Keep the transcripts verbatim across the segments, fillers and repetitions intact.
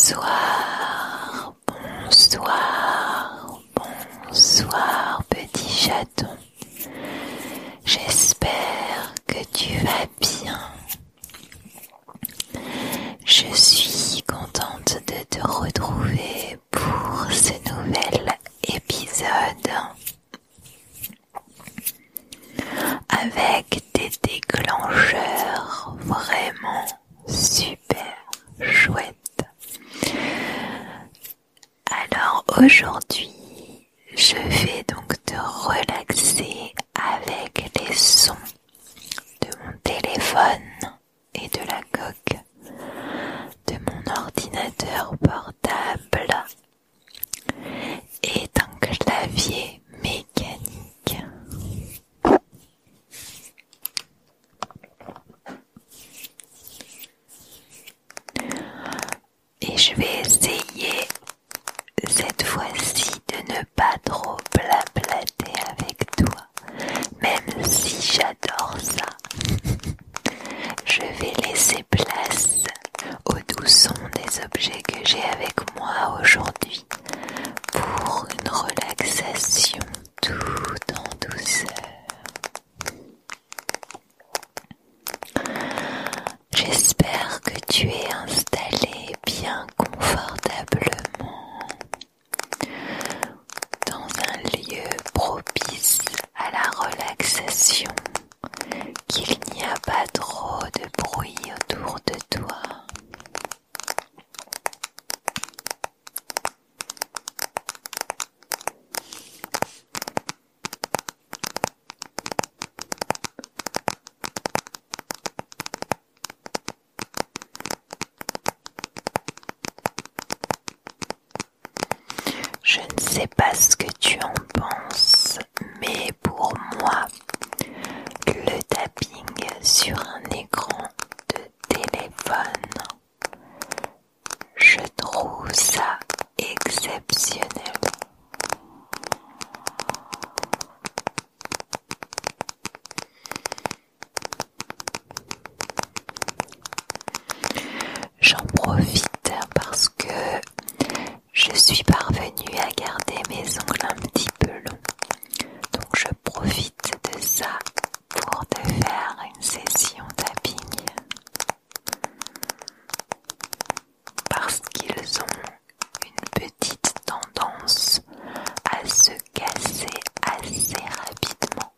Bonsoir, bonsoir, bonsoir petit chaton. J'espère que tu vas bien. Je suis contente de te retrouver pour ce nouvel épisode avec des déclencheurs vraiment super chouettes. Alors aujourd'hui, je vais donc te relaxer avec les sons de mon téléphone et de la coque de mon ordinateur portable et d'un clavier mécanique. Et je vais essayer cette fois-ci de ne pas trop blablater avec toi, même si j'adore ça. Je vais laisser place aux doux sons des objets que j'ai avec moi aujourd'hui pour une relaxation tout en douceur. J'espère que tu es installé bien confortablement dans un lieu propice à la relaxation, qu'il n'y a pas trop de bruit autour de toi. Je ne sais pas ce que tu en penses, mais pour moi, le tapping sur un écran de téléphone, je trouve ça exceptionnel. J'en profite parce que je suis parvenue à garder mes ongles un petit peu longs, donc je profite de ça pour te faire une session tapping parce qu'ils ont une petite tendance à se casser assez rapidement.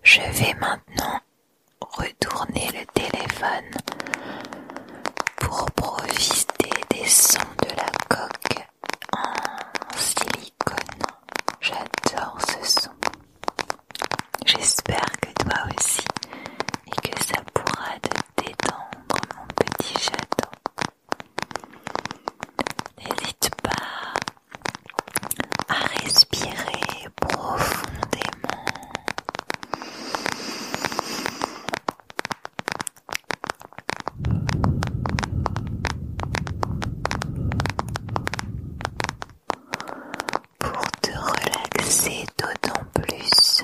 Je vais maintenant retourner le téléphone pour profiter des sons de la coque en silicone. J'adore ce son. J'espère que toi aussi et que ça pourra te détendre, mon petit chaton. N'hésite pas à respirer profondément. Pour te relaxer d'autant plus.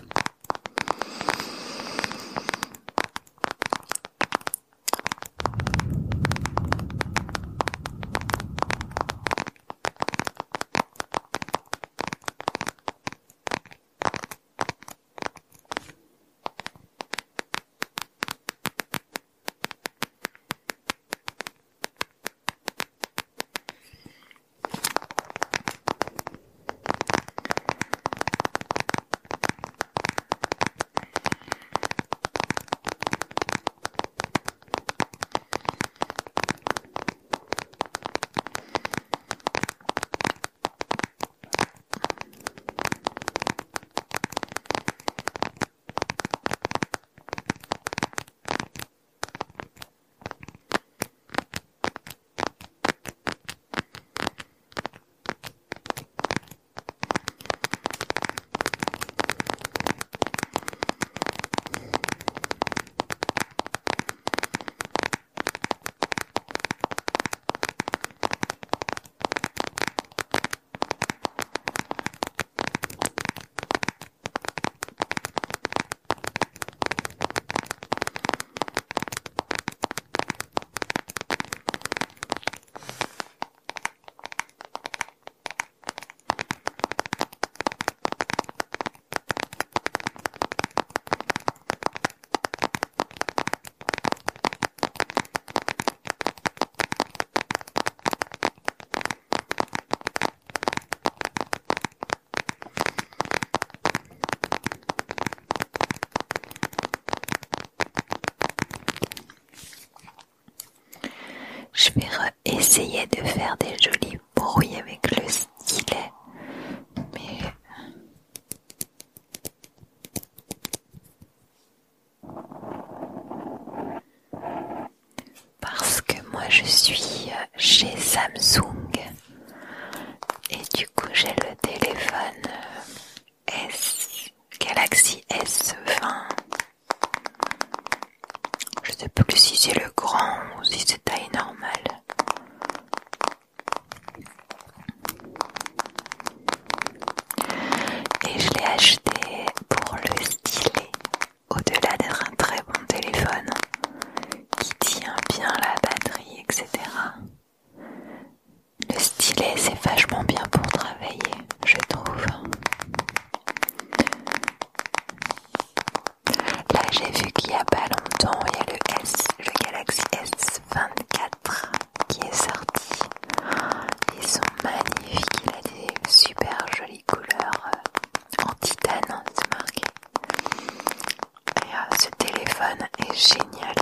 Je vais essayer de faire des jolis bruits avec le stylet, mais parce que moi je suis chez Samsung et du coup j'ai le téléphone S Galaxy S vingt. Je sais plus si c'est le grand ou si c'est taille normale. Et je l'ai acheté pour le stylet. Au-delà d'être un très bon téléphone qui tient bien la batterie, et cetera. Le stylet, c'est vachement bien pour travailler, je trouve. Là, j'ai vu qu'il y a pas longtemps, il y a le S, le Galaxy S vingt-quatre qui est sorti. Ils sont magnifiques, il a des super jolies couleurs en titane, hein, c'est marqué. Et euh, ce téléphone est génial.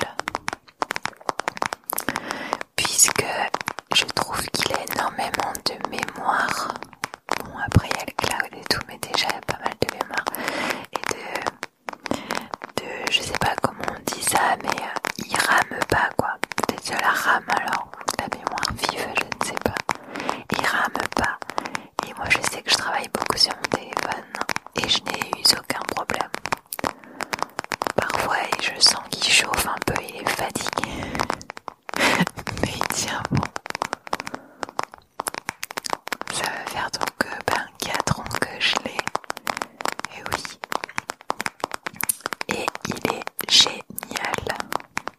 Puisque je trouve qu'il a énormément de mémoire. Bon, après il y a le cloud et tout, mais déjà il y a pas mal de mémoire. Et de, de je sais pas comment on dit ça, mais euh, il rame pas quoi. Peut-être de la RAM alors, ou de la mémoire vive, je ne sais pas. Il rame pas. Et moi je sais que je travaille beaucoup sur mon téléphone et je n'ai eu aucun problème. Parfois je sens qu'il chauffe un peu, il est fatigué. Mais il tient bon. Ça va faire donc euh, ben, quatre ans que je l'ai. Et oui. Et il est génial.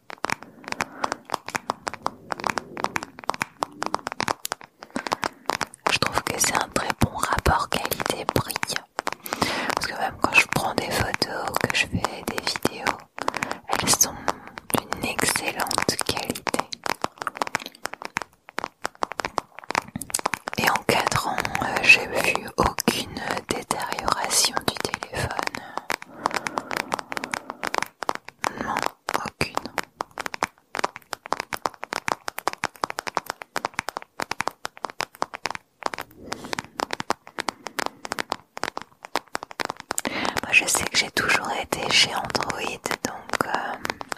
je sais que j'ai toujours été chez Android, donc euh,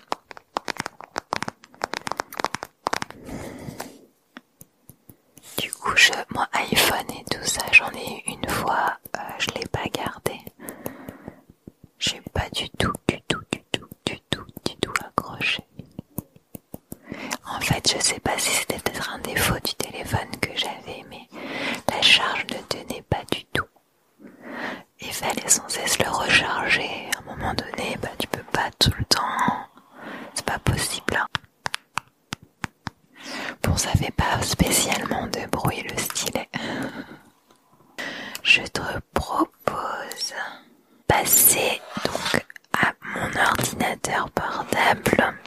du coup, je, moi iPhone et tout ça, j'en ai eu une fois, euh, je l'ai pas gardé. J'ai pas du tout, du tout, du tout, du tout, du tout accroché. En fait, je sais pas si c'était peut-être un défaut du téléphone que j'avais, mais la charge ne tenait pas du tout. Il fallait sans cesse le recharger. À un moment donné, bah tu peux pas tout le temps. C'est pas possible. Hein. Bon, ça fait pas spécialement de bruit le stylet. Je te propose passer donc à mon ordinateur portable.